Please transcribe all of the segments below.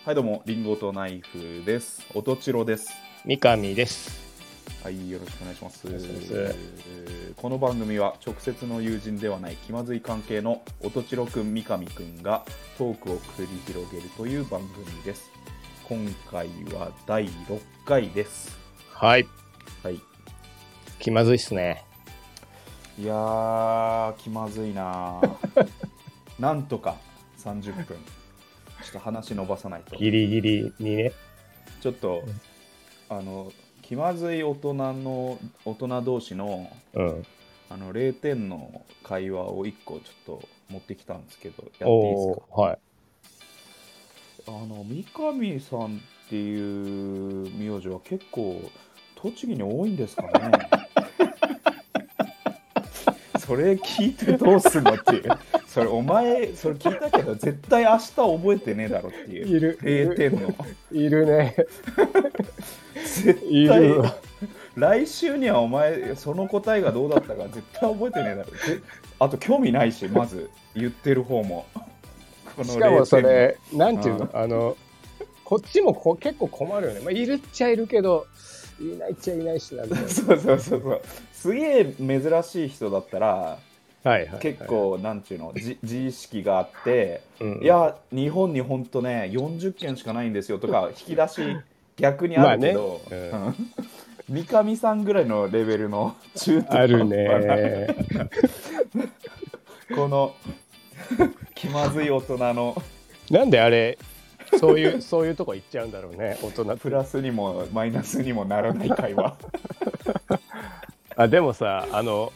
はいどうも、リンゴとナイフです。おとちろです。 三上です。 はい、よろしくお願いします。 お願いします。 この番組は直接の友人ではない気まずい関係のおとちろくん、三上くんがトークを繰り広げるという番組です。今回は第6回です。 はい。 はい。 気まずいっすね。 いやー、気まずいななんとか30分。ちょっと話伸ばさないと。 ギリギリにね。 ちょっと、気まずい大人同士の、0点の会話を1個ちょっと持ってきたんですけど、やっていいですか？ はい。 三上さんっていう名字は結構栃木に多いんですかね？それ聞いてどうすんのっていう。それお前それ聞いたけど絶対明日覚えてねえだろっていう。 いる 0点のいるね。 絶い対るわ。 来週にはお前その答えがどうだったか絶対覚えてねえだろ。あと興味ないし、まず言ってる方もこのしかもそれなんていうの、こっちも結構困るよね。まあ、いるっちゃいるけどいないっちゃいないしなんだよ。 そうすげえ珍しい人だったら、 はいはい、 結構なんていうの、自意識があって、いいや日本にほんとね40件しかないんですよとか引き出し逆にあるけど、三上さんぐらいのレベルの中途あるねこの気まずい大人のなんであれそういうとこ行っちゃうんだろうね。大人プラスにもマイナスにもならない会話でもさ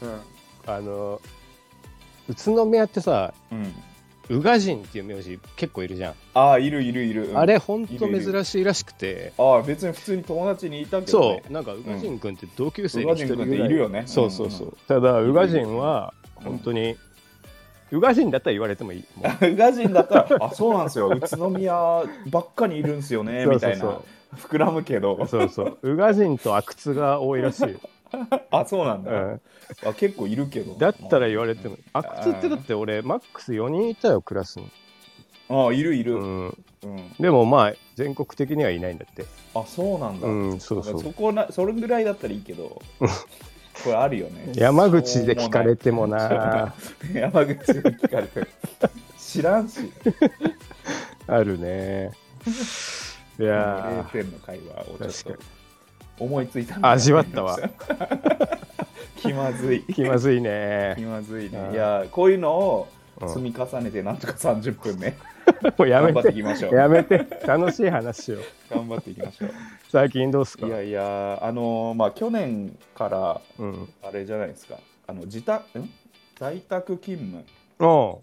宇都宮ってさ、宇賀神っていう名字結構いるじゃん。 いる、 あれほんと珍しいらしくて。 別に普通に友達にいたけどね。 そう、なんか宇賀神くんって同級生に一人ぐらいいるよね。 そう、ただ宇賀神は本当に宇賀神だったら言われてもいい。 宇賀神だったらそうなんですよ、宇都宮ばっかにいるんすよねみたいな膨らむけど、 宇賀神と阿久津が多いらしいよ。 そうなんだ、結構いるけど、 だったら言われても。阿久津ってだって俺マックス4人いたよ、クラスに。 いる、 でもまあ全国的にはいないんだって。 そうなんだ。 それぐらいだったらいいけどこれあるよね。 山口で聞かれてもな山口で聞かれて知らんしあるね。いや 0点の会話をちょっと思いついた味わったわ気まずいね。気まずいね。 いやこういうのを積み重ねてなんとか30分ねもうやめて、 頑張っていきましょう。 やめて、楽しい話しよう。 頑張っていきましょう。 最近どうすか？ いや去年からあれじゃないですか、在宅勤務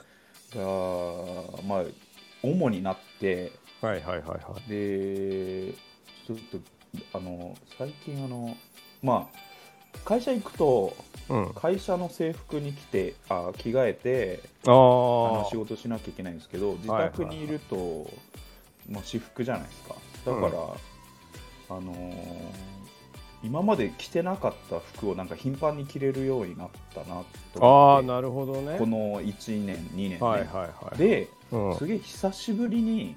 が主になって、でちょっと最近会社行くと、会社の制服に着替えて仕事しなきゃいけないんですけど、自宅にいると、私服じゃないですか。だから、今まで着てなかった服をなんか頻繁に着れるようになったなと思って。 なるほどね。 この1年2年ね、すげえ久しぶりに、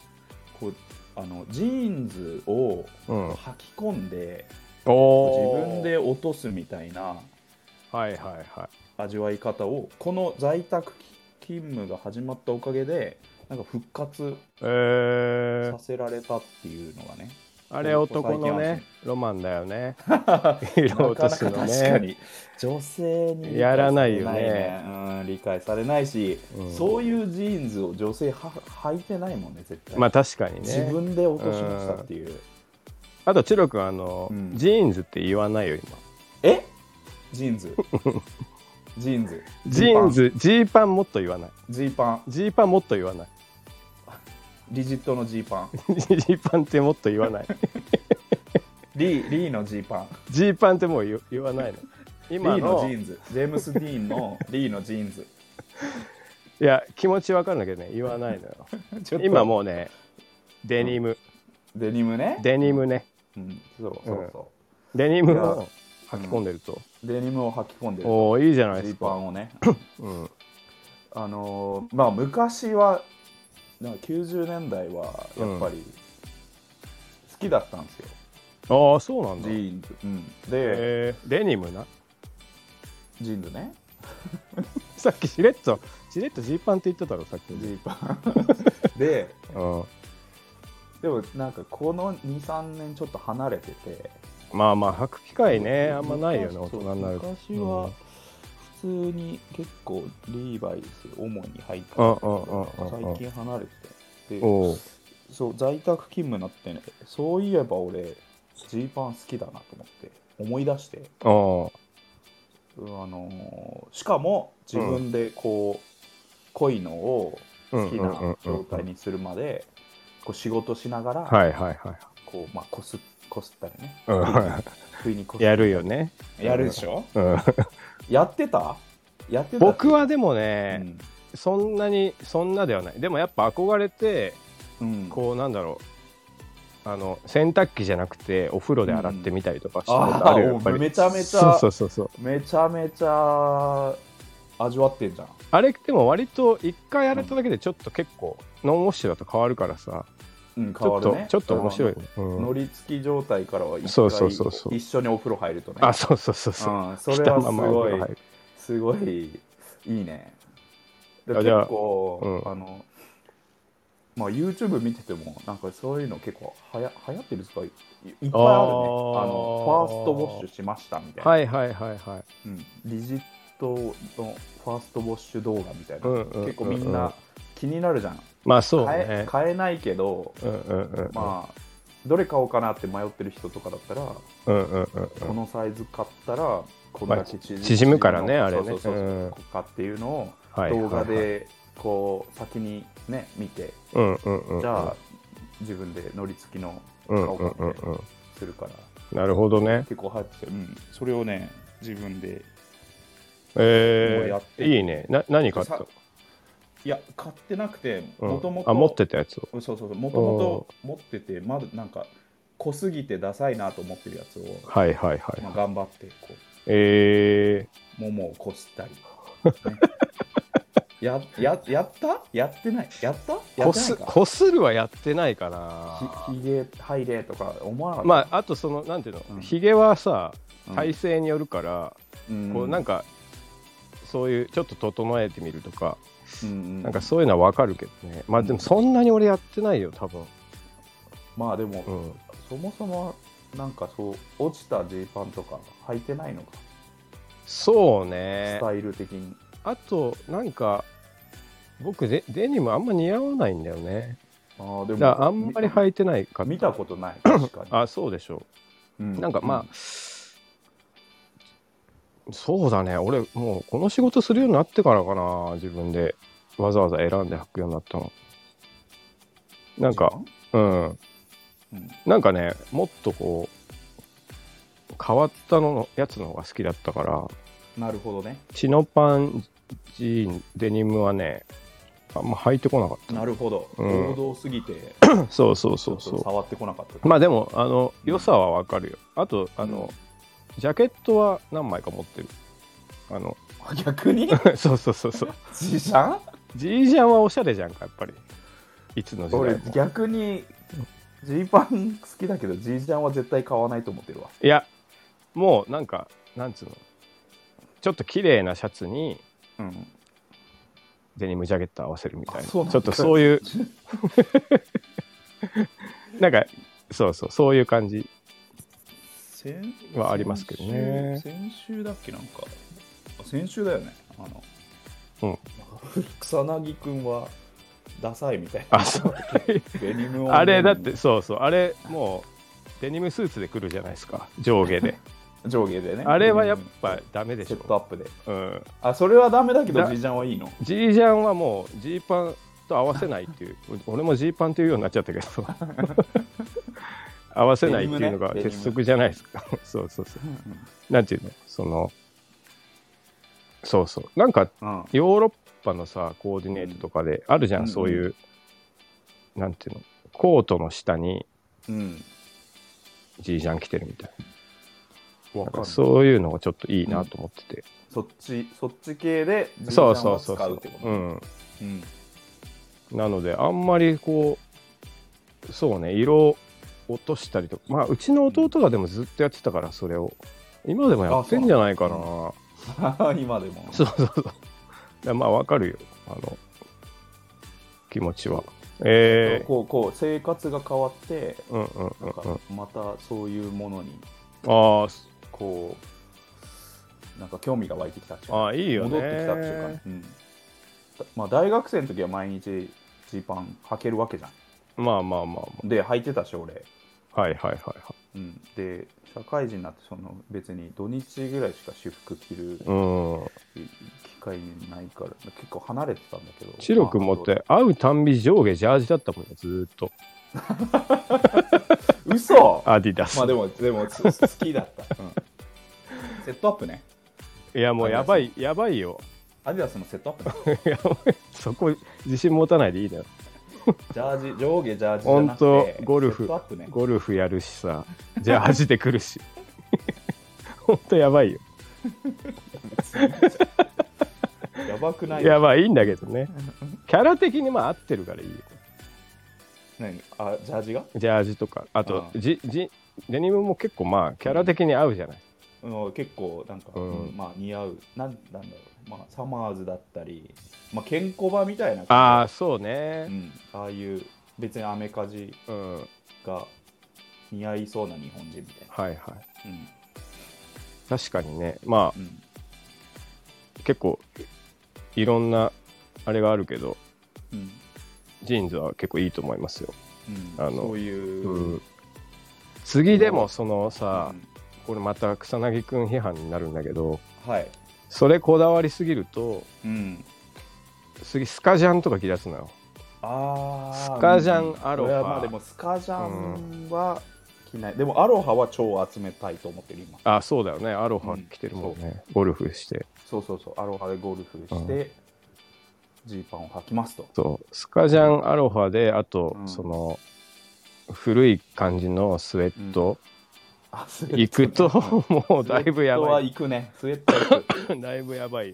ジーンズを履き込んで、自分で落とすみたいな味わい方を、この在宅勤務が始まったおかげでなんか復活させられたっていうのがね、 あれ男のねロマンだよね色落とすのね。確かに女性にやらないよね。 理解されないし、そういうジーンズを女性履いてないもんね、絶対。 まあ確かにね。 自分で落としましたっていう。 あとチロ君ジーンズって言わないよ今。 ジーンズジーパンもっと言わない。ジーパンもっと言わない。 リジットのジーパンジーパンってもっと言わないリーのジーパン。 ジーパンってもう言わないの。 今のジーンズ、ジェームス・ディーンのリーのジーンズ。 いや気持ちわかるんだけどね、言わないのよ今もうねデニムね、そうデニムを履き込んでると、いいじゃないですか。 ジーパンをね昔はなんか90年代はやっぱり好きだったんですよ。 ああ、そうなんだ。 ジーンズ、で、 デニムな。 ジーンズね。 さっきしれっとジーパンって言ってたろ、さっき。 ジーパンで、でもなんかこの 2,3 年ちょっと離れてて、 まあ履く機会ねあんまないよね、大人になると。 昔は普通に結構リーバイス主に履いてたけど、最近離れてて、で、そう在宅勤務になってね、そういえば俺ジーパン好きだなと思って思い出して、しかも自分でこう濃いのを好きな状態にするまでこう仕事しながらこうこすったりね、不意にこすやるよね。 やるでしょ。やってた僕はでもね、そんなではない。でもやっぱ憧れて、こうなんだろう、洗濯機じゃなくてお風呂で洗ってみたりとかしたことあるよ。やっぱりめちゃめちゃめちゃめちゃ味わってんじゃん。 あれでも割と一回やれただけでちょっと結構ノンウォッシュだと変わるからさ、 変わるね。 ちょっと面白いね。 乗り付き状態からは一回一緒にお風呂入るとね。 そうそれはすごいいいね。結構YouTube 見ててもなんかそういうの結構流行ってるんですか。いっぱいあるね。ファーストウォッシュしましたみたいな。リジットのファーストウォッシュ動画みたいな、結構みんな気になるじゃん。 そうね。 買えないけど、どれ買おうかなって迷ってる人とかだったら、このサイズ買ったらこんだけ縮むからね、あれね。 こうかっていうのを動画でこう先にね見て、じゃあ自分で乗り付きの買おうかってするから。 なるほどね。 結構流行ってて、それをね自分でやっていいね。何買った？ いや買ってなくて、もともと持ってたやつを。 もともと持ってて、まだなんか濃すぎてダサいなと思ってるやつを頑張ってこうももをこすったり、やってないこするはやってないかな。 ひげ入れとか思わなかった。 あとそのなんていうの、ひげはさ体勢によるから、こうなんかそういうちょっと整えてみるとか、なんかそういうのは分かるけどね。でもそんなに俺やってないよ多分。 でも、そもそもなんかそう落ちたジーパンとか履いてないのか。 そうね。 スタイル的に。 あとなんか僕デニムあんま似合わないんだよね。でもあんまり履いてないか。 見たことない。確かに。 そうでしょう。なんかそうだね。俺もうこの仕事するようになってからかな、自分でわざわざ選んで履くようになったの。なんかなんかね、もっとこう変わったやつの方が好きだったから。 なるほどね。 チノパンジーンデニムはねあんま履いてこなかった。 なるほど。王道すぎてそう触ってこなかった。 でも良さはわかるよ。あとジャケットは何枚か持ってる。 逆にそうジージャン？ ジージャンはおしゃれじゃんか、やっぱり。いつの時代も。 俺逆にジーパン好きだけどジージャンは絶対買わないと思ってるわ。 いやもうなんかなんつうの、ちょっと綺麗なシャツに、デニムジャケット合わせるみたいな、ちょっとそういうなんかそういう感じはありますけどね。 先週だっけ、なんか先週だよね。草薙くんはダサいみたいな。デニムをあれだってあれもうデニムスーツで来るじゃないですか、上下で。 上下でね。 あれはやっぱダメでしょ。 セットアップで。それはダメだけどジージャンはいいの？ ジージャンはもうジーパンと合わせないっていう俺もジーパンっていうようになっちゃったけど合わせないっていうのが鉄則じゃないですか。なんていうの、なんかヨーロッパのさコーディネートとかであるじゃん、そういうなんていうの、コートの下にジージャン着てるみたいな。そういうのがちょっといいなと思ってて、 そっち系でジージャンを使うってこと。 なのであんまりこうそうね色落としたりとか、まあうちの弟がでもずっとやってたからそれを今でもやってんじゃないかな。 今でも。 そうそうそう。まあわかるよ気持ちは。 こう生活が変わって、またそういうものにこうなんか興味が湧いてきたっていうか、 いいよね、 戻ってきたっていうか、まあ大学生の時は毎日ジーパン履けるわけじゃん。 まあで履いてたし俺。 はい。 で社会人になって別に土日ぐらいしか私服着る機会ないから結構離れてたんだけど、 チロ君持って会うたんび上下ジャージだったもんねずーっと。 嘘。 アディダス。 まあでも好きだった、セットアップね。 いやもうやばいよ。 アディダスのセットアップね。そこ自信持たないでいいのよ。 ジャージ上下ジャージじゃなくて本当ゴルフ、 セットアップね、 ゴルフやるしさジャージで来るし本当やばいよ。 やばくない？ やばいんだけどね。キャラ的にまあ合ってるからいいよ。 何？ジャージが？ ジャージとかあとデニムも結構まあキャラ的に合うじゃない。 結構なんか、まあ似合うなんだろう、まあサマーズだったり、まあケンコバみたいなそうね、 ああいう別にアメカジが似合いそうな日本人みたいな。 はい、確かにね、まあ、結構いろんなあれがあるけど、ジーンズは結構いいと思いますよ。 そういう、 次でもそのさ、これまた草薙くん批判になるんだけど、それこだわりすぎると、次スカジャンとか着出すのよ。スカジャン、アロハ。 まあでもスカジャンは着ない。でもアロハは超集めたいと思ってる今。 そうだよね。アロハ着てるもんね。ゴルフして。 そうアロハでゴルフしてジーパンを履きますと。 そうスカジャン、アロハであと、その古い感じのスウェット、行くともうだいぶやばい。 スウェットは行くね。スウェットは行く。 だいぶやばいよ。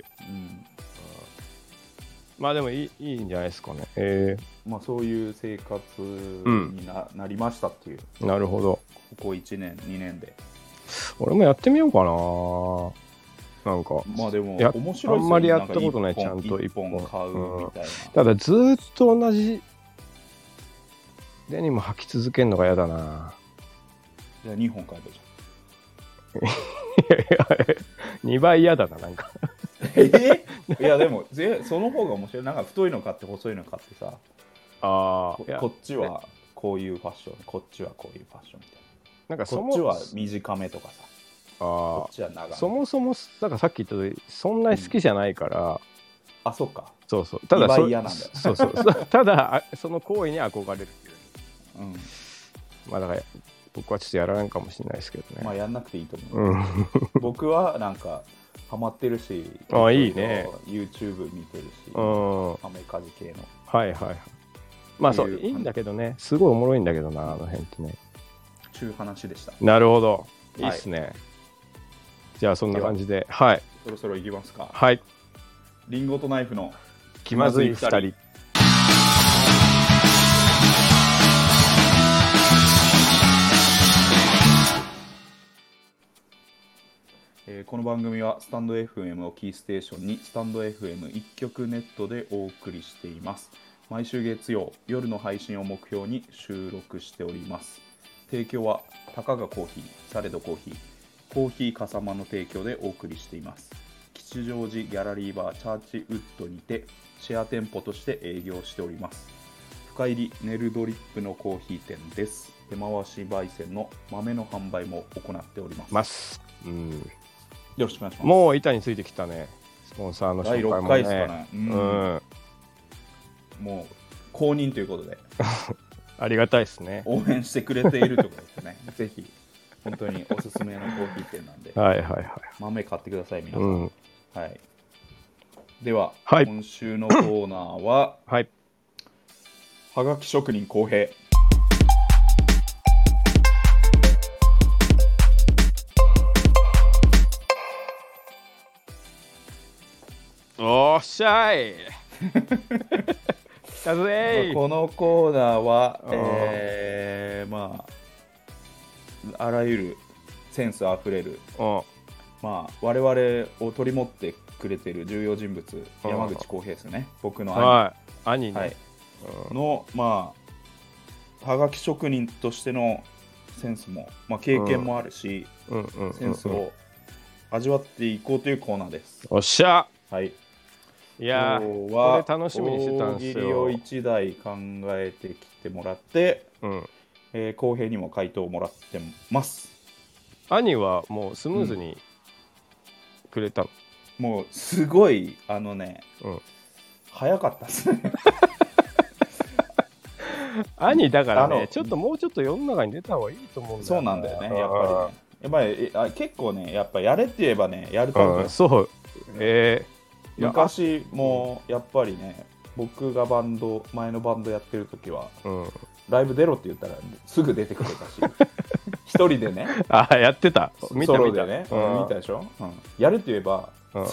まあでもいいんじゃないですかね。 まあそういう生活に なりましたっていう。 なるほど。 ここ1年2年で。 俺もやってみようかな。なんかまあでも面白いですよね。 あんまりやったことない。ちゃんと 1本買うみたいな。 ただずーっと同じデニム履き続けるのが嫌だな。 じゃあ2本買えばいいじゃん。 2倍嫌だな、なんか。 いやでもその方が面白い。なんか太いの買って細いの買ってさ、こっちはこういうファッション、こっちはこういうファッションみたいな。なんかこっちは短めとかさ、こっちは長め。 そもそもだからさっき言った通りそんなに好きじゃないから、 そうか。 そうただ 2倍嫌なんだよ。 ただその行為に憧れるっていう。まあだから僕はちょっとやらないかもしれないですけどね。 まあやんなくていいと思う。僕はなんかハマってるし、いいね。 YouTube 見てるし、アメカジ系の。まあそういいんだけどね、すごいおもろいんだけどな、あの辺ってね。 ちゅう話でした。 なるほど、いいっすね。じゃあそんな感じで、 そろそろいきますか。リンゴとナイフの気まずい2人。 この番組はスタンド FM をキーステーションにスタンド FM 一曲ネットでお送りしています。毎週月曜夜の配信を目標に収録しております。提供はたかがコーヒー、サレドコーヒー、コーヒーかさまの提供でお送りしています。吉祥寺ギャラリーバーチャーチウッドにてシェア店舗として営業しております。深入りネルドリップのコーヒー店です。手回し焙煎の豆の販売も行っております。よろしくお願いします。 もう板についてきたね。スポンサーの紹介もね。 第6回ですかね。もう公認ということでありがたいですね。 応援してくれているということですね。ぜひ本当におすすめのコーヒー店なんで、豆買ってください皆さん。では、今週のコーナーは、はがき職人公平。 おっしゃいたぜこのコーナーは、まああらゆるセンスあふれる、まあ我々を取り持ってくれてる重要人物、山口浩平ですね。僕の兄ね、 のまあはがき職人としてのセンスも、まあ、経験もあるし、センスを味わっていこうというコーナーです。 おっしゃ。 はい。 いやー、これ楽しみにしてたんですよ。 大喜利を1台考えてきてもらって、浩平にも回答をもらってます。 兄はもうスムーズにくれたの、 もうすごい早かったですね。 兄だからね、ちょっともうちょっと世の中に出た方がいいと思うんだよね。 そうなんだよね、やっぱり結構ね、やっぱやれって言えばね、やるタイプ。 そう。 昔もやっぱりね、僕が前のバンドやってる時は、ライブ出ろって言ったらすぐ出てくれたし、一人でね。 やってた。 ソロでね、見たでしょ。やるって言えば、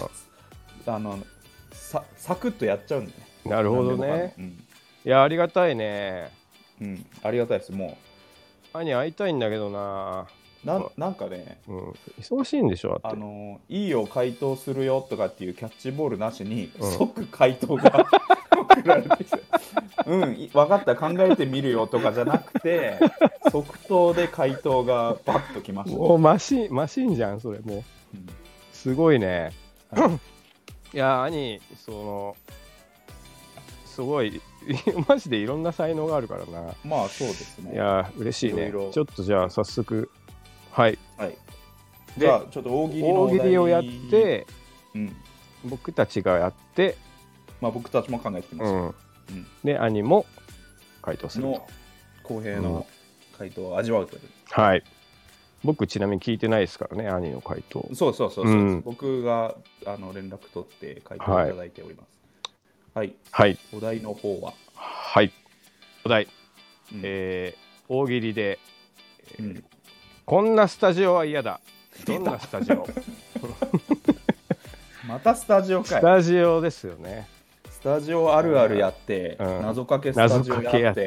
サクッとやっちゃうんだよね。 なるほどね。いや、ありがたいね。 ありがたいです。もう兄会いたいんだけどなんかね、 忙しいんでしょ。 いいよ回答するよとかっていうキャッチボールなしに、即回答が送られてきて、分かった、考えてみるよとかじゃなくて、即答で回答がバッときました、ね。 もうマシンじゃんそれ。もう、すごいね。いや、兄すごいマジでいろんな才能があるからな。 まあそうですね。 いや嬉しいね。ちょっとじゃあ早速、 じゃあちょっと大喜利をやって、僕たちがやって、 まあ僕たちも考えてきました。 で兄も回答すると。 浩平の回答を味わうという。 はい。僕ちなみに聞いてないですからね、兄の回答。 そう、僕が連絡取って回答いただいております。はい。お題の方は。 お題。大喜利で、こんなスタジオは嫌だ。どんなスタジオ？ またスタジオかい。 スタジオですよね。 スタジオあるあるやって、謎かけスタジオやって、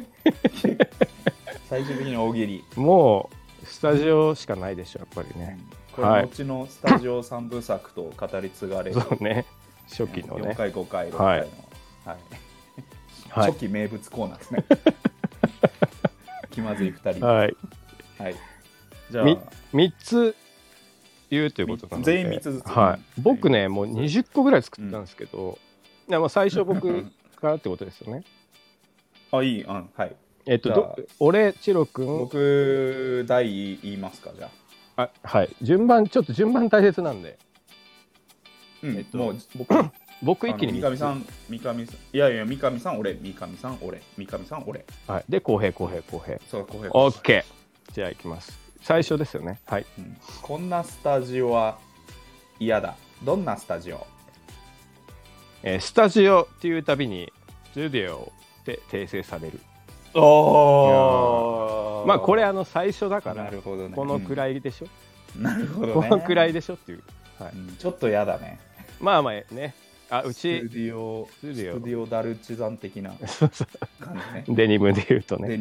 最終的に大喜利。 もうスタジオしかないでしょ、やっぱりね。 これ後のスタジオ3部作と語り継がれる。 そうね。初期のね。 4回5回6回の。初期名物コーナーですね。気まずい2人。じゃあ 3つ言うということなので、 全員3つずつ。 僕ね、もう20個ぐらい作ったんですけど、最初僕からってことですよね。 いい。 俺、チロ君。 僕、第言いますか、じゃあ。ちょっと順番大切なんで。 もう僕一気に三上さん、いや三上さん俺、三上さん俺、三上さん俺。 で浩平。 そう、浩平。 オッケー。じゃあ行きます。最初ですよね。 こんなスタジオは嫌だ。どんなスタジオ？ スタジオっていうたびにスタジオって訂正される。まあこれ最初だから、このくらいでしょ。 なるほどね。 このくらいでしょっていう。 ちょっと嫌だね。 まあね。うちスタジオダルチザン的な感じね。 デニムで言うとね。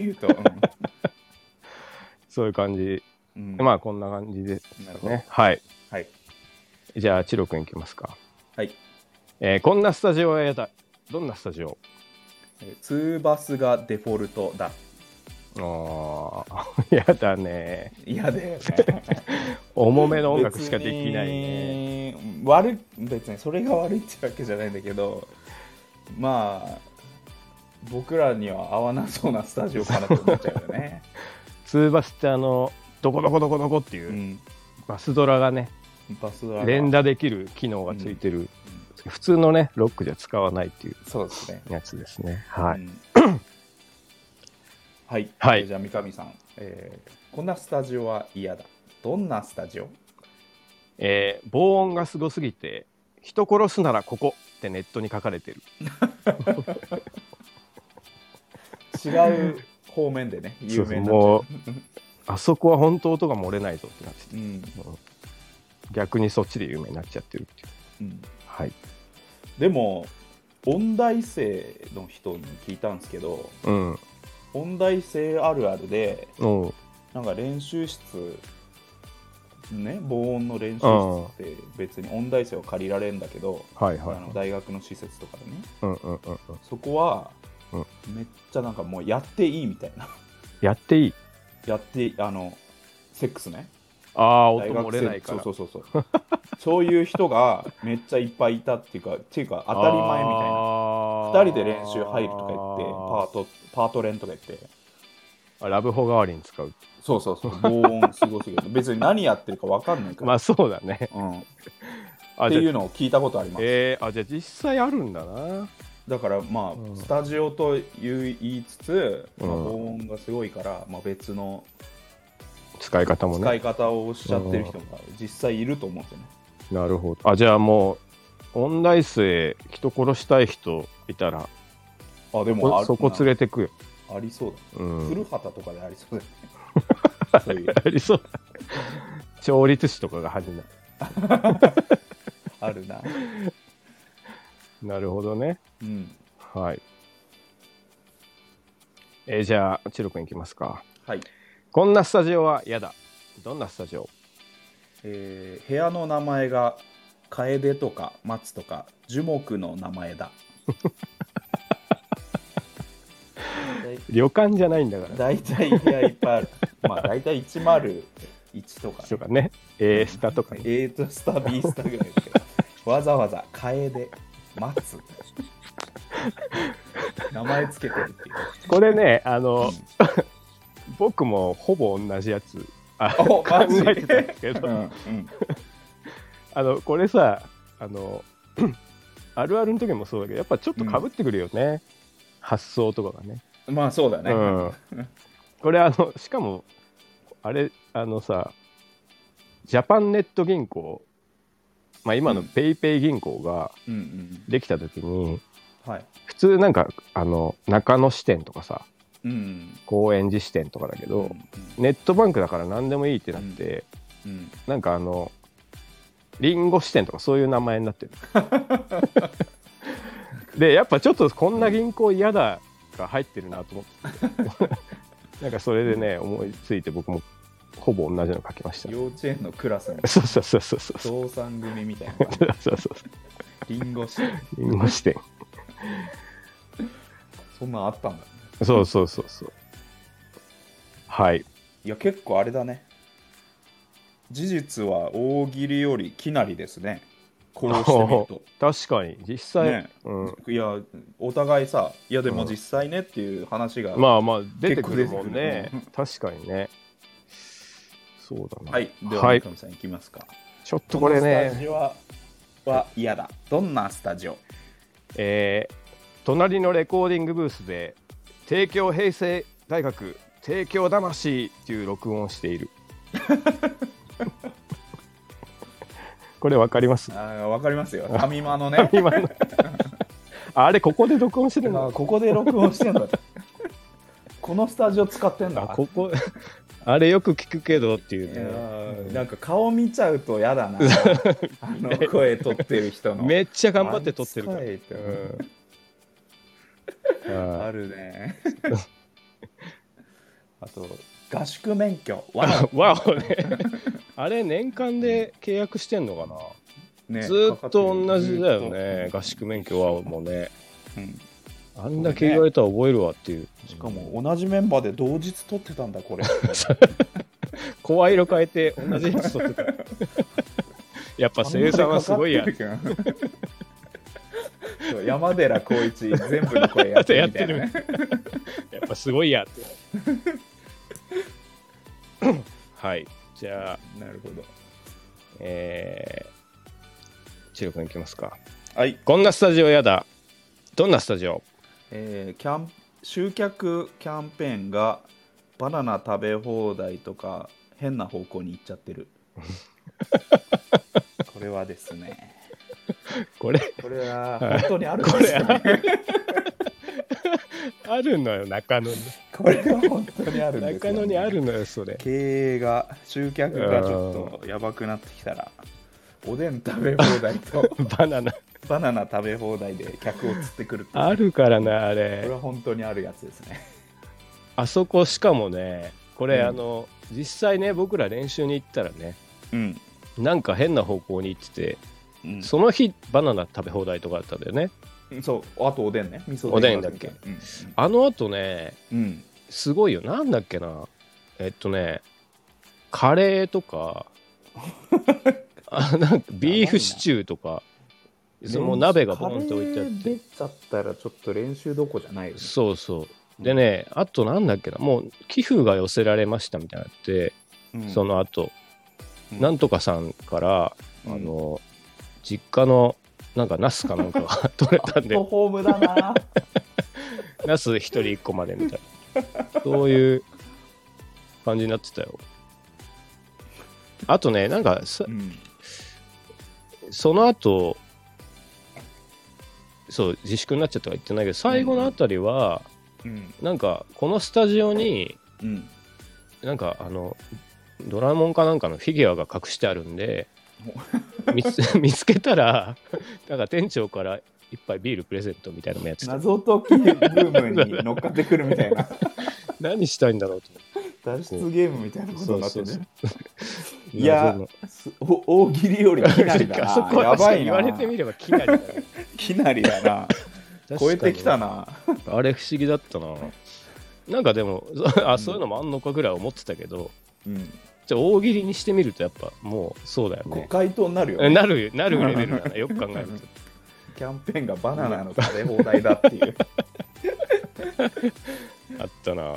そういう感じ。まあこんな感じですね。じゃあチロ君いきますか。こんなスタジオは嫌だ。どんなスタジオ？ ツーバスがデフォルトだ。 嫌だね。 嫌だよね。 重めの音楽しかできないね。 別にそれが悪いってわけじゃないんだけど、まあ僕らには合わなそうなスタジオかなと思っちゃうよね。 ツーバスってどこどこっていう、バスドラがね、連打できる機能がついてる、普通のねロックじゃ使わないっていうやつですね。 じゃあ三上さん、こんなスタジオは嫌だ。どんなスタジオ？ 防音がすごすぎて人殺すならここってネットに書かれてる。 違う方面でね、有名な。 もうあそこは本当音が漏れないぞってなってて、逆にそっちで有名になっちゃってるっていう。 でも音大生の人に聞いたんですけど、 うん、 音大生あるあるで、 なんか練習室ね、防音の練習室って別に音大生は借りられるんだけど、 はいはいはい、 大学の施設とかでね、 うんうんうんうん、 そこは、めっちゃなんかもうやっていいみたいな。 やっていい、 やってセックスね。 ああ、音漏れないから。 そうそういう人がめっちゃいっぱいいたっていうか当たり前みたいな。2人で練習入るとか言ってパート練とか言って、 ラブホ代わりに使う。 そう防音すごすぎる。別に何やってるか分かんないから。 まあそうだね、 っていうのを聞いたことあります。 じゃあ実際あるんだな。 だからまあ、スタジオと言いつつ、防音がすごいから、別の使い方もね、 使い方をしちゃってる人が実際いると思うんですよね。 なるほど。じゃあもう音大生人殺したい人いたら、 でもそこ連れてくよ。 ありそうだ、古畑とかでありそうだよね。 そういうありそう。調律師とかが始める。 あるな。 なるほどね。はい。じゃあチロ君いきますか。 はい。 こんなスタジオは嫌だ。どんなスタジオ？ 部屋の名前が楓とか松とか樹木の名前だ。 旅館じゃないんだから。 大体部屋いっぱいある。大体101とか、ね。 とかね。A スタとかね。 A スタ B スタぐらいですけど、わざわざ楓松名前つけてるっていう。 これね、僕もほぼ同じやつ考えてたんですけど、これさ、あるあるの時もそうだけど、やっぱちょっと被ってくるよね、発想とかがね。 まあそうだね。 これしかもあれさ、ジャパンネット銀行、今のペイペイ銀行ができた時に、普通なんか中野支店とかさ、高円寺支店とかだけど、ネットバンクだから何でもいいってなって、なんかリンゴ支店とかそういう名前になってる。でやっぱちょっとこんな銀行嫌だが入ってるなと思ってなんかそれでね、思いついて僕もほぼ同じの書きました。 幼稚園のクラスにそう同参組みたいなそうリンゴ支店そんなんあったんだね。 そうはい。 いや結構あれだね、事実は大喜利よりきなりですね、こうしてみると。 確かに実際、 ね、いやお互いさ、いやでも実際ねっていう話が、 出てくるもんね。確かにね。そうだな。 はい、では三上さんいきますか。 ちょっとこれね、 スタジオは嫌だ。どんなスタジオ？ 隣のレコーディングブースで帝京平成大学帝京魂っていう録音をしている。これわかります？ わかりますよ。ファミマのね。 あれここで録音してるんだ。 ここで録音してんだ。このスタジオ使ってんだ。 ここあれよく聞くけどっていうね。なんか顔見ちゃうと嫌だな。声取ってる人の。 めっちゃ頑張って撮ってるから。 あるね。あと合宿免許。わおね。あれ年間で契約してんのかな。ね、ずっと同じだよね。合宿免許はもうね。あんだけ言われたら覚えるわっていう。 しかも同じメンバーで同日撮ってたんだこれ。 声色変えて同じやつ撮ってた。やっぱ生産はすごいや。 山寺宏一全部の声やってるみたいな、ね。 やっぱすごいやって。はい、じゃあなるほど。 チロ君いきますか。 はい。 こんなスタジオやだ。どんなスタジオ？ 集客キャンペーンがバナナ食べ放題とか変な方向に行っちゃってる。これはですね。これは本当にあるんですよね。 あるのよ、中野に。 これは本当にあるんですよ、ね。 中野にあるのよ、それ。 経営が、集客がちょっとやばくなってきたら、おでん食べ放題とバナナバナナ食べ放題で客を釣ってくるって、 あるからなあれ。 これは本当にあるやつですね。 あそこしかもねこれ、実際ね僕ら練習に行ったらね、なんか変な方向に行ってて、その日バナナ食べ放題とかだったんだよね。 そう、あとおでんね、味噌おでんだっけ、あのあとね、すごいよ、なんだっけな、カレーとかなんかビーフシチューとか、その鍋がボンって置いてあって、 出ちゃったらちょっと練習どこじゃないよね。 そうそう。でね、あとなんだっけな、もう寄付が寄せられましたみたいなって、その後、なんとかさんから、実家のなんかナスかなんかが取れたんで、 ホームだな。 ナス一人一個までみたいな、そういう感じになってたよ。あとね、なんかその後そう自粛になっちゃったから言ってないけど、最後のあたりは、なんかこのスタジオに、なんかドラえもんかなんかのフィギュアが隠してあるんで見つけたらなんか店長から一杯ビールプレゼントみたいなのもやってた。 謎解きブームに乗っかってくるみたいな。 何したいんだろうと思って、脱出ゲームみたいなことになってる。いや、大喜利よりきなりだな。 あそこはやばいな。言われてみればきなりだな。 きなりだな。超えてきたな。 あれ不思議だったな。なんかでもそういうのもあんのかぐらい思ってたけど、じゃあ大喜利にしてみるとやっぱもうそうだよね。 ご回答になるよね。 なるレベルだな。よく考えると。 キャンペーンがバナナの食べ放題だっていう。 あったな。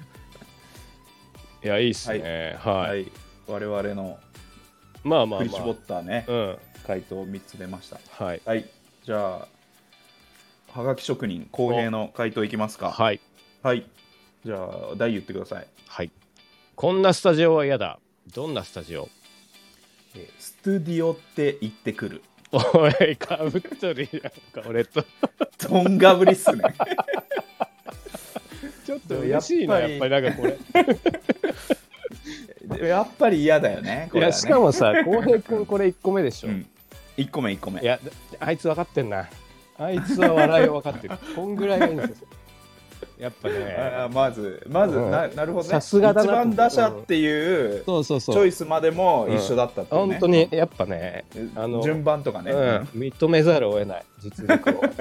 いや、いいっすね。はい。 我々の振り絞ったね、回答3つ出ました。はい。じゃあはがき職人公平の回答いきますか。はい。じゃあ題言ってください。 はい。こんなスタジオは嫌だ。どんなスタジオ？ スタディオって言ってくる。 おい、かぶっとるやんか俺と。 とんがぶりっすね。 ちょっと嬉しいな、やっぱりなんかこれ。やっぱり嫌だよね。 いやしかもさ、浩平君これ1個目でしょ。 1個目。 いや、あいつ分かってんな。あいつは笑いを分かってる。こんぐらいがいいんですよ。やっぱね。 まずなるほどね。 さすがだな。 一番打者っていうチョイスまでも一緒だったってね。 本当にやっぱね、 順番とかね、 認めざるを得ない実力を。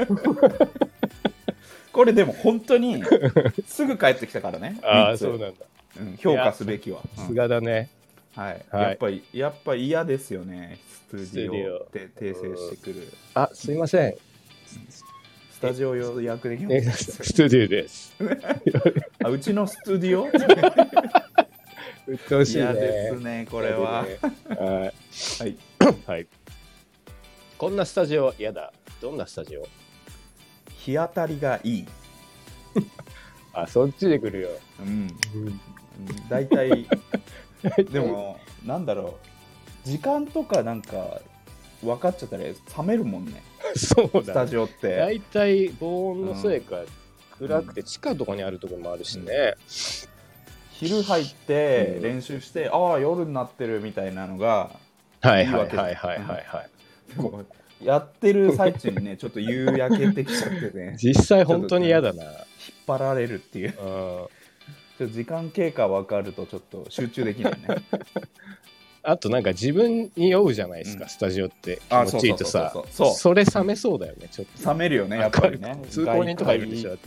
これでも本当にすぐ帰ってきたからね。 ああ、そうなんだ。 評価すべきは。 さすがだね。 はい。やっぱり嫌ですよね。スタジオって訂正してくる。 あ、すいません。 スタジオ予約できます。 スタジオです。 うちのスタジオ？うっとうしいね。 嫌ですね、これは。 はい。こんなスタジオ嫌だ。どんなスタジオ？ 日当たりがいい。 あ、そっちで来るよ。 だいたいでもなんだろう、時間とかなんか分かっちゃったら冷めるもんね。 そうだ、 スタジオってだいたい防音のせいか暗くて地下とかにあるところもあるしね。 昼入って練習して、ああ夜になってるみたいなのがいいわけ。 やってる最中にね、ちょっと夕焼けてきちゃってね。 実際本当に嫌だな。 引っ張られるっていう。ちょっと時間経過分かるとちょっと集中できないね。 あとなんか自分に酔うじゃないですか、スタジオって気持ちいいとさ、それ冷めそうだよね。ちょっと冷めるよね、やっぱりね。 通行人とかいるでしょって。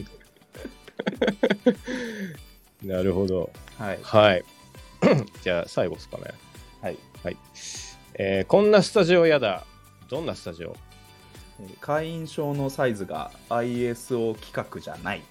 なるほど。はい。じゃあ最後ですかね。はい。こんなスタジオ嫌だ。どんなスタジオ？ 会員証のサイズが ISO 規格じゃない。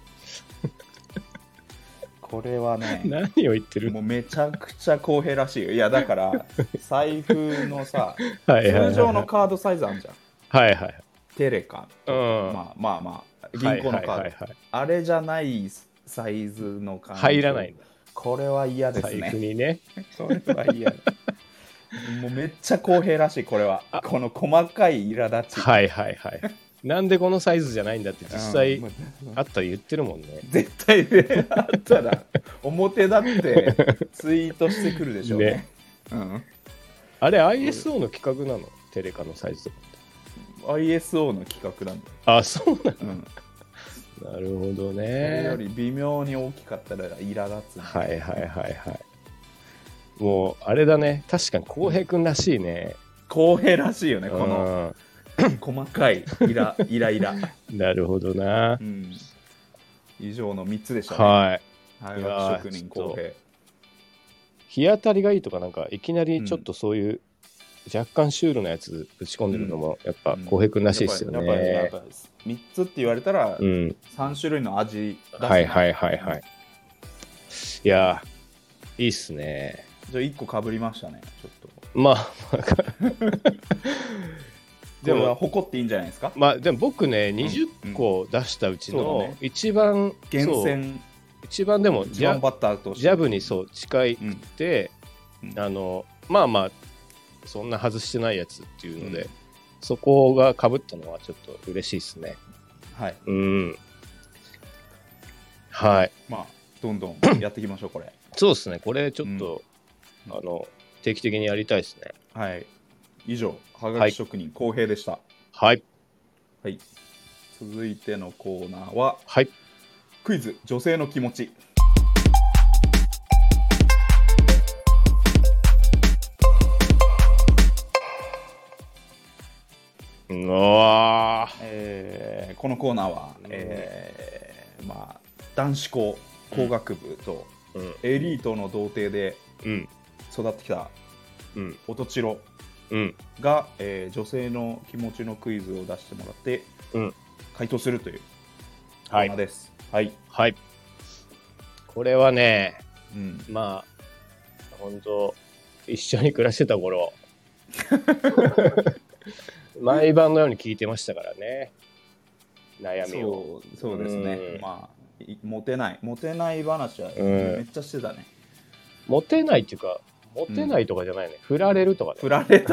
これはね、 何を言ってる？ もうめちゃくちゃ公平らしいよ。いやだから財布のさ通常のカードサイズあるじゃん。テレカ、まあ銀行のカード、あれじゃないサイズのカード入らないんだ。 これは嫌ですね。 財布にね。 これは嫌だ。もうめっちゃ公平らしい。これはこの細かい苛立ち。 なんでこのサイズじゃないんだって実際あったら言ってるもんね。 絶対ね、あったら表だってツイートしてくるでしょうね。 あれ ISO の規格なの？テレカのサイズとかっ ISO の企画なんだよ。 あ、そうなんだ、なるほどね。それより微妙に大きかったら苛立つ。 はいはいはいはい。もうあれだね、確かに浩平くんらしいね。 浩平らしいよね、この細かいイライラ。 なるほどな。 以上の3つでしたね。 はい。 大学職人浩平。 日当たりがいいとか、なんかいきなりちょっとそういう若干シュールなやつぶち込んでるのもやっぱ浩平くんらしいですよね。 やっぱ3つって言われたら3種類の味出す、ね。 はいはいはいはい。いやいいっすね。 じゃあ1個かぶりましたね、ちょっと。 まあでも誇っていいんじゃないですか。 まあでも僕ね、20個出したうちの一番厳選、 一番でも一番バッターとジャブにそう近いくて、まあまあそんな外してないやつっていうので、そこが被ったのはちょっと嬉しいですね。 はい。 はい。 まあどんどんやっていきましょうこれ。 そうですね。これちょっと、定期的にやりたいですね。 はい。以上、はがき職人浩平でした。 はい。 はい。続いてのコーナーは、 はい。 クイズ女性の気持ち。 うわこのコーナーは、まあ男子校工学部とエリートの童貞で育ってきた音千代が、女性の気持ちのクイズを出してもらって、回答するというコーナーです。はい、 はい、これはね、まあ本当一緒に暮らしてた頃毎晩のように聞いてましたからね、悩みを。 そうですね、まあモテない話はめっちゃしてたね。 モテないっていうか、モテないとかじゃないね、振られるとかね。 振られた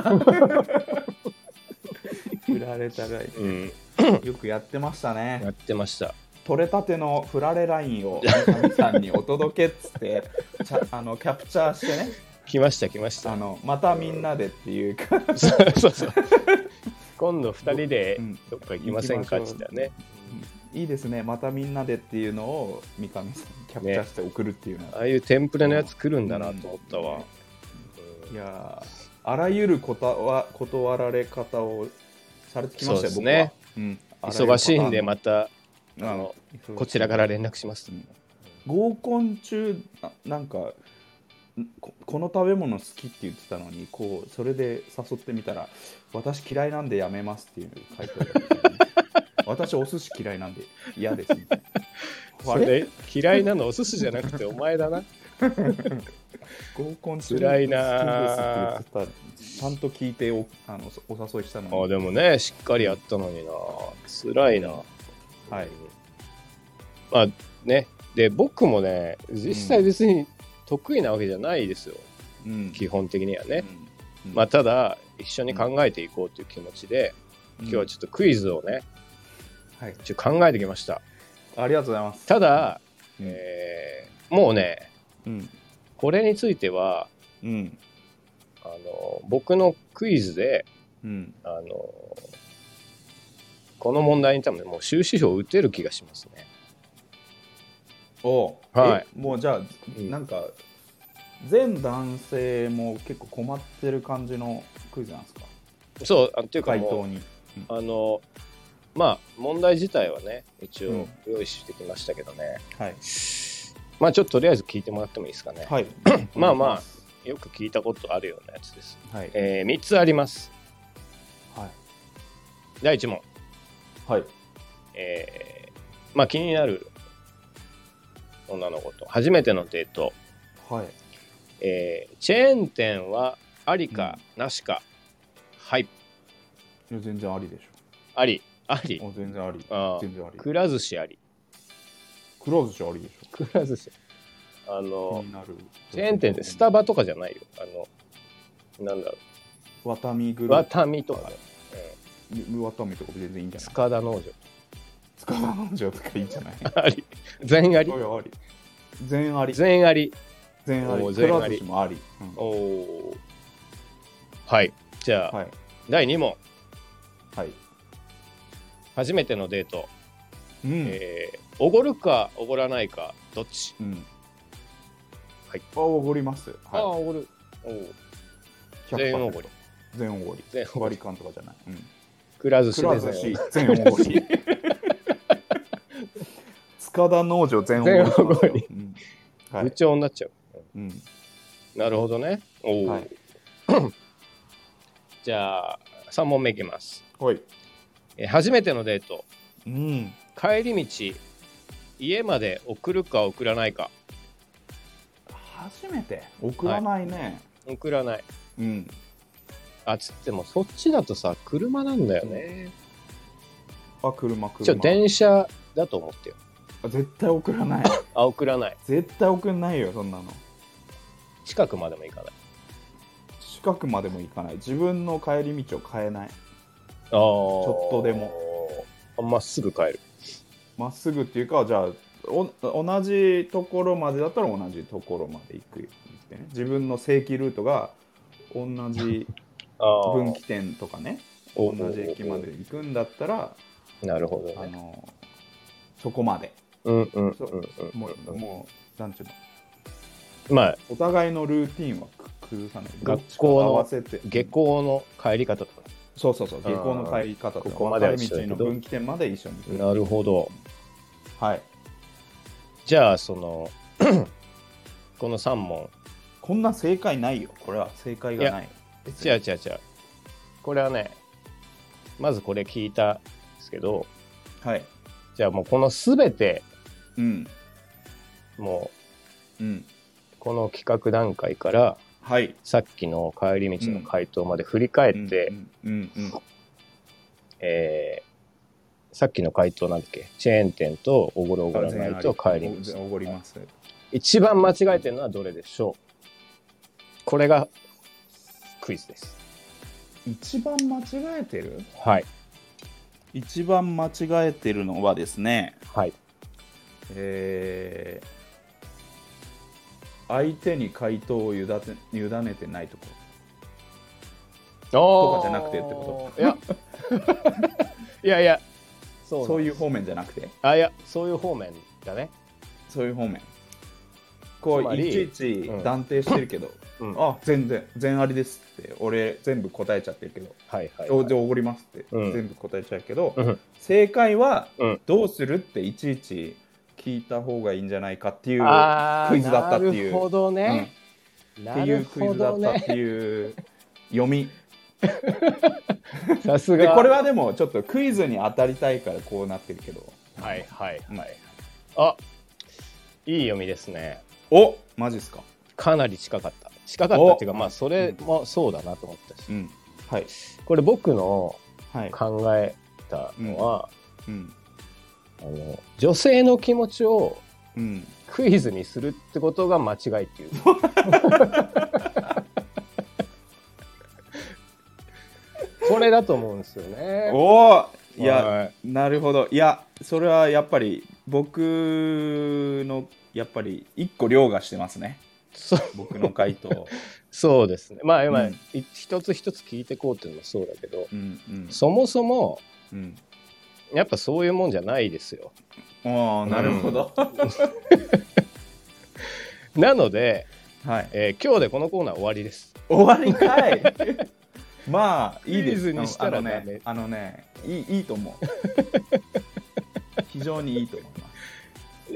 振られたぐらい、よくやってましたね。 やってました。 取れたての振られラインを三上さんにお届けっつってキャプチャーしてね、 来ましたまたみんなでっていうかそう今度2人でどっか行きませんかって言ったらね、 いいですね、またみんなでっていうのを三上さんにキャプチャーして送るっていうのは、 ああいうテンプレのやつ来るんだなと思ったわ。 いやあらゆる断られ方をされてきましたよ、 僕は。忙しいんでまたこちらから連絡します。 合コン中なんかこの食べ物好きって言ってたのに、こうそれで誘ってみたら、私嫌いなんでやめますっていう回答が、ね、私お寿司嫌いなんで嫌ですみたいな。 それ嫌いなのお寿司じゃなくてお前だな。 合コン中辛いな。 ちゃんと聞いてお誘いしたのに。 でもね、しっかりやったのにな。辛いな。 はい。 まあね、で僕もね、実際別に得意なわけじゃないですよ、基本的にはね。まあただ一緒に考えていこうという気持ちで、今日はちょっとクイズをね、ちょっと考えてきました。 ありがとうございます。 ただ、もうね、これについては、僕のクイズで、この問題に多分もう終止符を打てる気がしますね。 はい。もうじゃあ、なんか全男性も結構困ってる感じのクイズなんですか？ そうっていうか、もう回答に、 まあ問題自体はね一応用意してきましたけどね、まあちょっととりあえず聞いてもらってもいいですかね。 はい。 まあまあよく聞いたことあるようなやつです。 はい。 3つあります。 はい。 第1問。 はい。 まあ気になる女の子と初めてのデート。 はい。 チェーン店はありかなしか。はい。 いや全然ありでしょ。 あり。 全然あり。全然あり。 くら寿司あり。 くら寿司ありでしょ。くら寿司。 気になる。 チェーン店ってスタバとかじゃないよ。なんだろう。ワタミグループ。ワタミとか。 ワタミとか全然いいんじゃない？ 塚田農場。 塚田農場とかいいんじゃない？ あり。全あり。 全あり。 全あり。 全あり。くら寿司もあり。 はい。じゃあ、第2問。 はい。 初めてのデート、おごるかおごらないかどっち？ はい。おごります。 はい、おごる。全おごり。 全おごり。割り勘とかじゃない。 くら寿司全おごり。塚田農場全おごり。 部長になっちゃう。なるほどね。はい、じゃあ3問目いきます。 はい。 初めてのデート、帰り道家まで送るか送らないか。 初めて送らないね。 送らない。つってもそっちだとさ車なんだよね。 車。 電車だと思ってよ。 絶対送らない。 送らない。 絶対送んないよそんなの。 近くまでも行かない。 近くまでも行かない。自分の帰り道を変えない。ちょっとでも。 まっすぐ帰る。 まっすぐっていうか、じゃあ同じところまでだったら同じところまで行くよってね。自分の正規ルートが同じ分岐点とかね、同じ駅まで行くんだったら、 なるほどね。 そこまで。もうなんちゅうの。 まあお互いのルーティンは崩さない。 学校の下校の帰り方とか。 そう下校の帰り方とか。ここまでは一緒だけど、分岐点まで一緒に。 なるほど。 はい。 じゃあこの3問。 こんな正解ないよ。これは正解がない。 違う。これはね、まずこれ聞いたんですけど、 はい。 じゃあもうこのすべて、もう、この企画段階から、 はい、 さっきの帰り道の回答まで振り返って、さっきの回答なんだっけ、チェーン店とおごるおごらないと帰り道。 おごります。 一番間違えてるのはどれでしょう？これがクイズです。 一番間違えてる？ はい。 一番間違えてるのはですね、 はい。 相手に回答を委ねてないところとかじゃなくてってこと？ いやそういう方面じゃなくて、 いやそういう方面だね。 そういう方面。こういちいち断定してるけど、全ありですって俺全部答えちゃってるけど、じゃあおごりますって全部答えちゃうけど、正解はどうするっていちいち聞いた方がいいんじゃないかっていうクイズだったっていう。 なるほどね。 っていうクイズだったっていう読み。 さすが。 これはでもちょっとクイズに当たりたいからこうなってるけど。 いい読みですね。 お、マジっすか。 かなり近かったっていうか、まあそれもそうだなと思ったし、これ僕の考えたのは、女性の気持ちをクイズにするってことが間違いっていう。これだと思うんですよね。 いや、なるほど。いや、それはやっぱり僕のやっぱり一個凌駕してますね。僕の回答。 そうですね。まあ今、一つ一つ聞いてこうっていうのもそうだけど、そもそも、やっぱそういうもんじゃないですよ。 なるほど。 なので、今日でこのコーナー終わりです。 終わりかい。まあいいです。 クイズにしたらね、いいと思う。非常にいいと思います。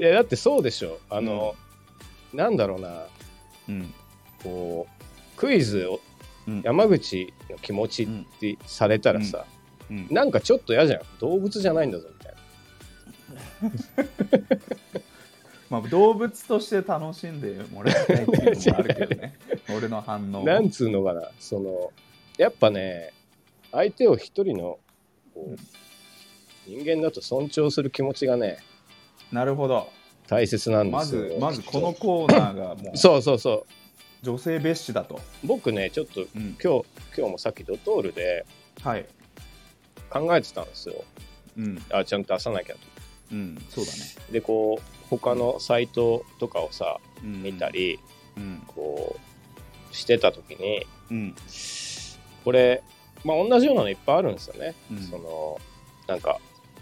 いやだってそうでしょ。なんだろうな、こうクイズを山口の気持ちってされたらさ、なんかちょっと嫌じゃん。動物じゃないんだぞみたいな。 まあ動物として楽しんでもらいたいっていうのもあるけどね。俺の反応。 なんつうのかな、やっぱね、相手を一人の人間だと尊重する気持ちがね。 なるほど。 大切なんですよ。 まずこのコーナーがもうそう女性蔑視だと。 僕ねちょっと、今日もさっきドトールで考えてたんですよ。ちゃんと出さなきゃと。 そうだね。 でこう他のサイトとかをさ、見たり、こうしてた時に、これまあ同じようなのいっぱいあるんですよね。なんか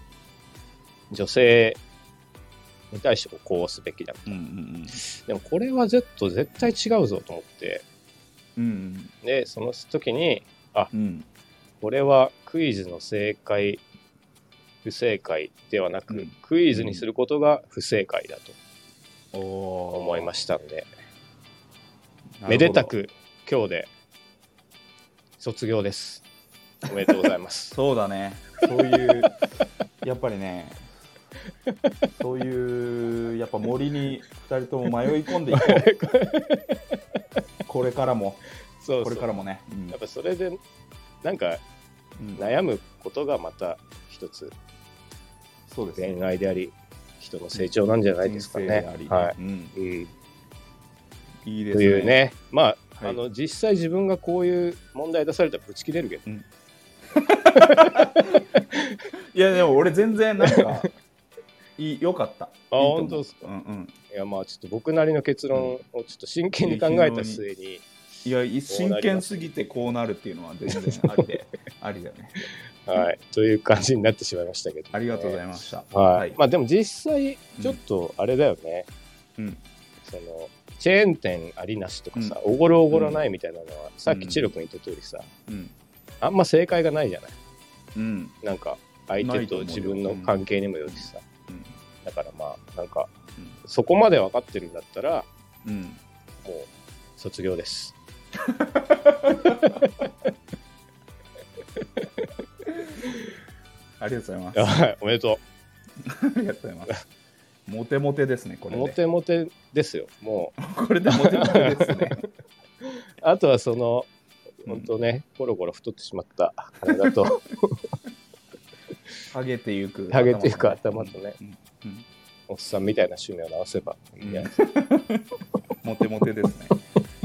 女性に対してこうすべきだと、でもこれは絶対違うぞと思って、でその時にこれはクイズの正解不正解ではなく、クイズにすることが不正解だと思いましたんで、めでたく今日で卒業です。おめでとうございます。 そうだね、そういうやっぱりね、そういうやっぱ森に2人とも迷い込んでいこう。これからもそうこれからもね、 やっぱそれでなんか悩むことがまた一つ、そうです、恋愛であり人の成長なんじゃないですかね。いいですね。というね、まあ、実際自分がこういう問題出されたらぶち切れるけど、 いやでも俺全然なんか良かった。 本当ですか。いやまあちょっと僕なりの結論をちょっと真剣に考えた末に、 いや真剣すぎてこうなるっていうのは全然ありだよね。 はい、という感じになってしまいましたけど、 ありがとうございました。 はい。まあでも実際ちょっとあれだよね。そのチェーン店ありなしとかさ、おごるおごらないみたいなのは、さっきチロ君言った通りさ、あんま正解がないじゃない。なんか相手と自分の関係にもよるしさ、だからまあなんか、そこまで分かってるんだったら、もう卒業です。 ありがとうございます。 はい、おめでとう。 ありがとうございます。モテモテですね、これで。 モテモテですよ、もう。これでモテモテですね。 あとはその、本当ね、コロコロ太ってしまった体と、 ハゲていく頭とね、おっさんみたいな趣味を直せばいいんじゃないですか。 モテモテですね。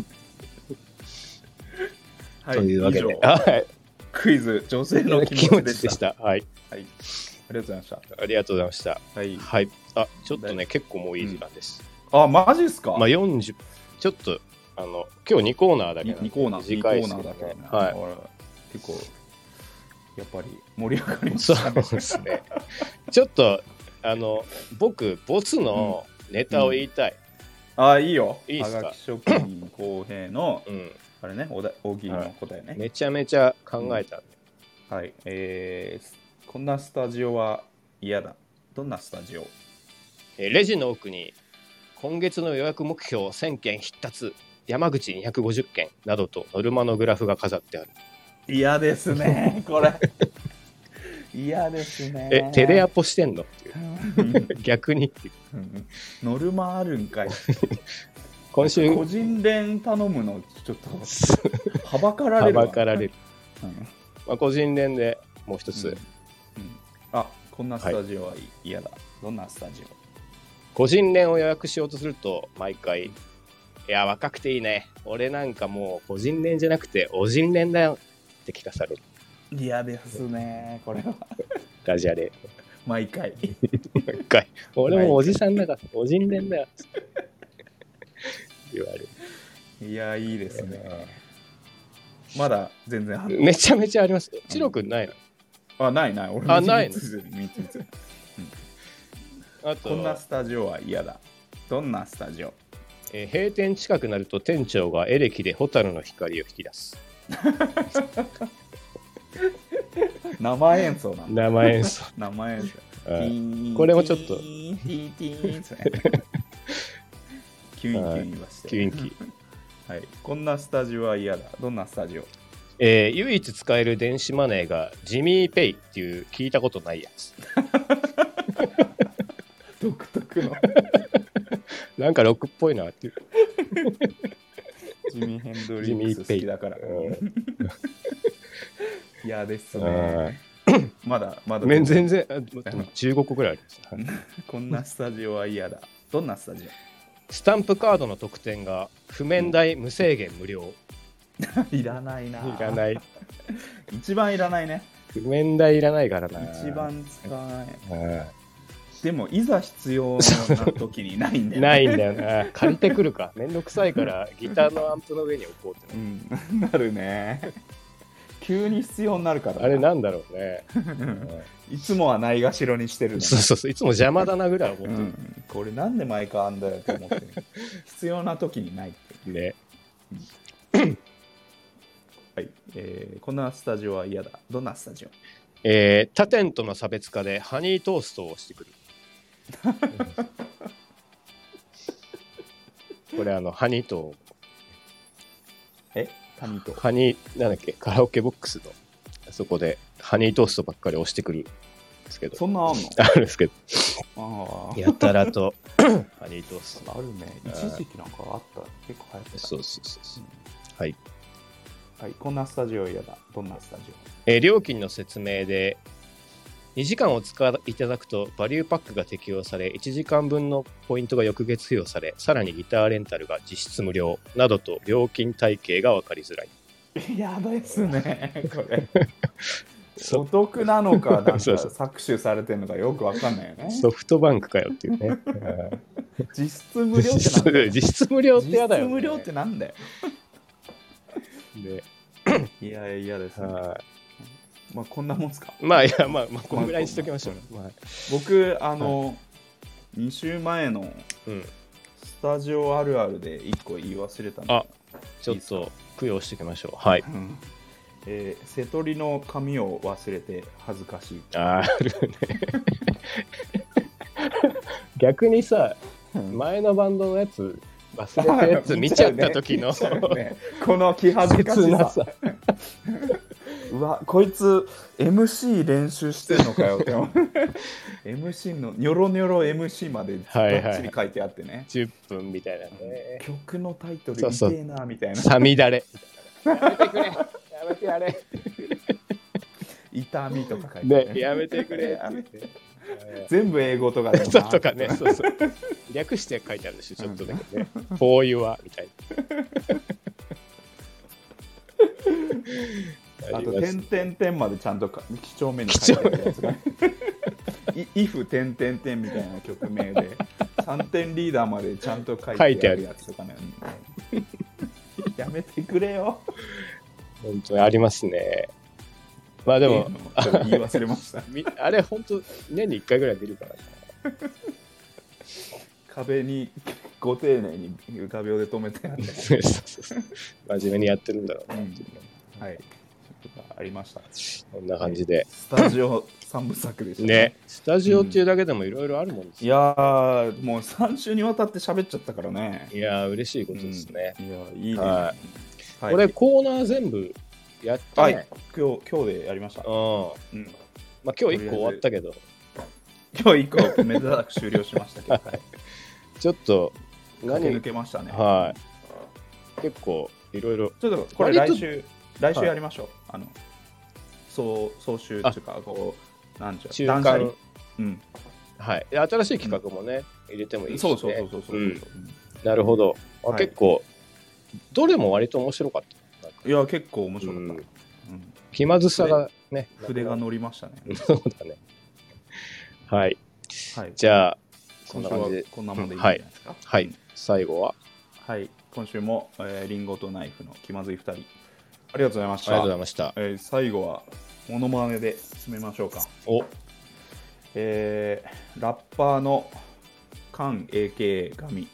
はい、というわけで、 クイズ女性の気持ちでした。 はい。 ありがとうございました。 ありがとうございました。 はい。 はい。あ、ちょっとね、結構もういい時間です。 あ、マジですか？ まあ40、ちょっと、今日2コーナーだけ 2コーナー短いですね。はい。 結構、やっぱり盛り上がりましたね。 そうですね。ちょっと、僕、ボスのネタを言いたい。 あ、いいよ。 いいですか？ はがき職人公平の、あれね、大喜利の答えね。 めちゃめちゃ考えたんで。 はい。こんなスタジオは嫌だ。どんなスタジオ？ レジの奥に今月の予約目標1000件必達、山口250件などとノルマのグラフが飾ってある。 嫌ですね、これ。嫌ですね。 テレアポしてんのっていう逆にっていう、 ノルマあるんかい。 今週個人練頼むのちょっとはばかられる。 まあ、個人練でもう一つ、 あ、こんなスタジオは嫌だ。どんなスタジオ？ 個人練を予約しようとすると毎回、いや若くていいね、俺なんかもう個人練じゃなくてお人練だよって聞かされる。 嫌ですね、これは。 ダジャレ。 毎回。 俺もおじさんだからお人練だよって言われる。 いや、いいですね。まだ全然めちゃめちゃあります。チロ君ないの？ あ、ない。俺もないの。 あとこんなスタジオは嫌だ。どんなスタジオ？ 閉店近くなると店長がエレキでホタルの光を引き出す。 生演奏なんだ。 生演奏。これもちょっとキュインはして。 キュイン。 はい。こんなスタジオは嫌だ。どんなスタジオ？ 唯一使える電子マネーがジミーペイっていう聞いたことないやつ。 独特の。 なんかロックっぽいなっていう。 ジミー・ヘンドリックス好きだから。嫌ですね。まだ全然15個ぐらいあります。 こんなスタジオは嫌だ。どんなスタジオ？ スタンプカードの特典が譜面代無制限無料。 いらないな。 いらない。 一番いらないね。 譜面代いらないからな。 一番使わない。でもいざ必要な時にないんだよね。 ないんだよな。借りてくるか。めんどくさいからギターのアンプの上に置こうってなるね。 急に必要になるからあれなんだろうねいつもはないがしろにしてるの、ね、 そういつも邪魔だなぐらい思ってる、 これなんで毎回あんだよって思ってる必要な時にないってねはい、こんなスタジオは嫌だ。どんなスタジオ？ 他店との差別化でハニートーストをしてくるこれハニートハニーなんだっけ、カラオケボックスのそこでハニートーストばっかり押してくるんですけど、 そんなあんの？ あるんですけどあやたらとハニートーストあるね。一時期なんかあった。結構流行ってた。 そう、はいはい、こんなスタジオ嫌だ。どんなスタジオ？ 料金の説明で2時間お使いいただくとバリューパックが適用され、1時間分のポイントが翌月付与され、さらにギターレンタルが実質無料などと料金体系が分かりづらい。 やですねこれお得なのかなんか搾取されてるのかよく分かんないよね。 ソフトバンクかよっていうね実質無料ってなんだよ。 実質無料ってやだよ、ね、 実質無料ってなんだよでいや嫌ですね。まあこんなもんですか。 まあこのぐらいにしときましょう。 僕2週前のスタジオあるあるで1個言い忘れたの。 ちょっと供養しておきましょう。はい。 瀬戸りの髪を忘れて恥ずかしい。 あるね逆にさ、前のバンドのやつ忘れたやつ見ちゃった時のね、この気恥ずかしさうわこいつ MC 練習してんのかよってMC のニョロニョロ MC までばっちり書いてあってね、 10分みたいなね、 曲のタイトル痛えなみたいな、 さみだれやめてくれやめてやれ痛みとか書いてね、やめてくれやめて全部英語とかでもとかね、そう略して書いてあるんですよ、ちょっとだけねFor you are みたいなあと点々点までちゃんと几帳面に書いてあるやつがif 点々点みたいな曲名で3点リーダーまでちゃんと書いてあるやつとかねやめてくれよ。 本当にありますね。まあでも言い忘れましたあれ本当年に1回ぐらい見るからな壁にご丁寧に画鋲で留めてあって真面目にやってるんだろうなっていう、 はいありました。 こんな感じで、 スタジオ3部作でしたね。スタジオっていうだけでもいろいろあるもんですよ、いやーもう3週にわたって喋っちゃったからね。 いやー嬉しいことですね、 いやいいね、 これコーナー全部やったね、 今日でやりました。 まあ今日1個終わったけど今日1個めでたく終了しましたけどちょっと駆け抜けましたね。 結構いろいろちょっとこれ来週やりましょう。総集っていうかこうなんちゅう中間新しい企画もね、入れてもいいしね。そうなるほど、結構どれも割と面白かった。 いや結構面白かった、 気まずさがね筆が乗りましたねそうだねはい、じゃあこんな感じでこんなもんでいいんじゃないですか。 はい、最後は今週もリンゴとナイフの気まずい2人ありがとうございました。 ありがとうございました。 最後はモノマネで進めましょうか。ラッパーのカン AKA ガミ。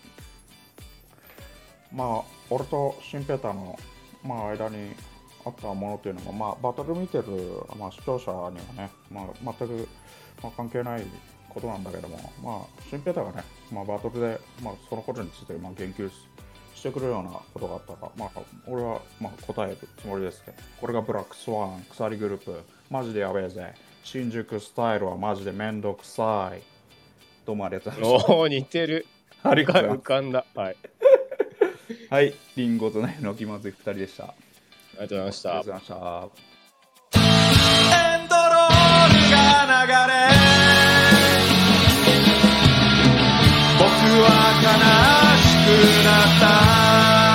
まあ俺とシンペーターの間にあったものというのが、バトル見てる、視聴者にはね、全く、関係ないことなんだけども、シンペーターがね、バトルで、そのことについて言及してくるようなことがあったら、俺は答えるつもりですけど、これがブラックスワン、鎖グループ、マジでやべえぜ。新宿スタイルはマジでめんどくさい。どうもありがとうございました。 おー、似てる。 ありがとうございます。 浮かんだ。はい。 はい、リンゴとナイフの気まずい2人でした。 ありがとうございました。 ありがとうございました。エンドロールが流れ、僕は悲しくなった。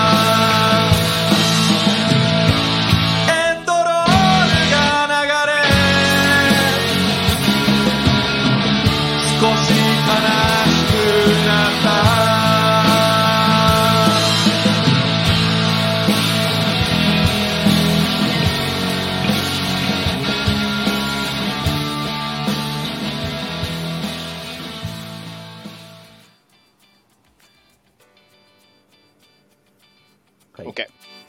エンドロールが流れ、少し悲しくなった。 はい、OK。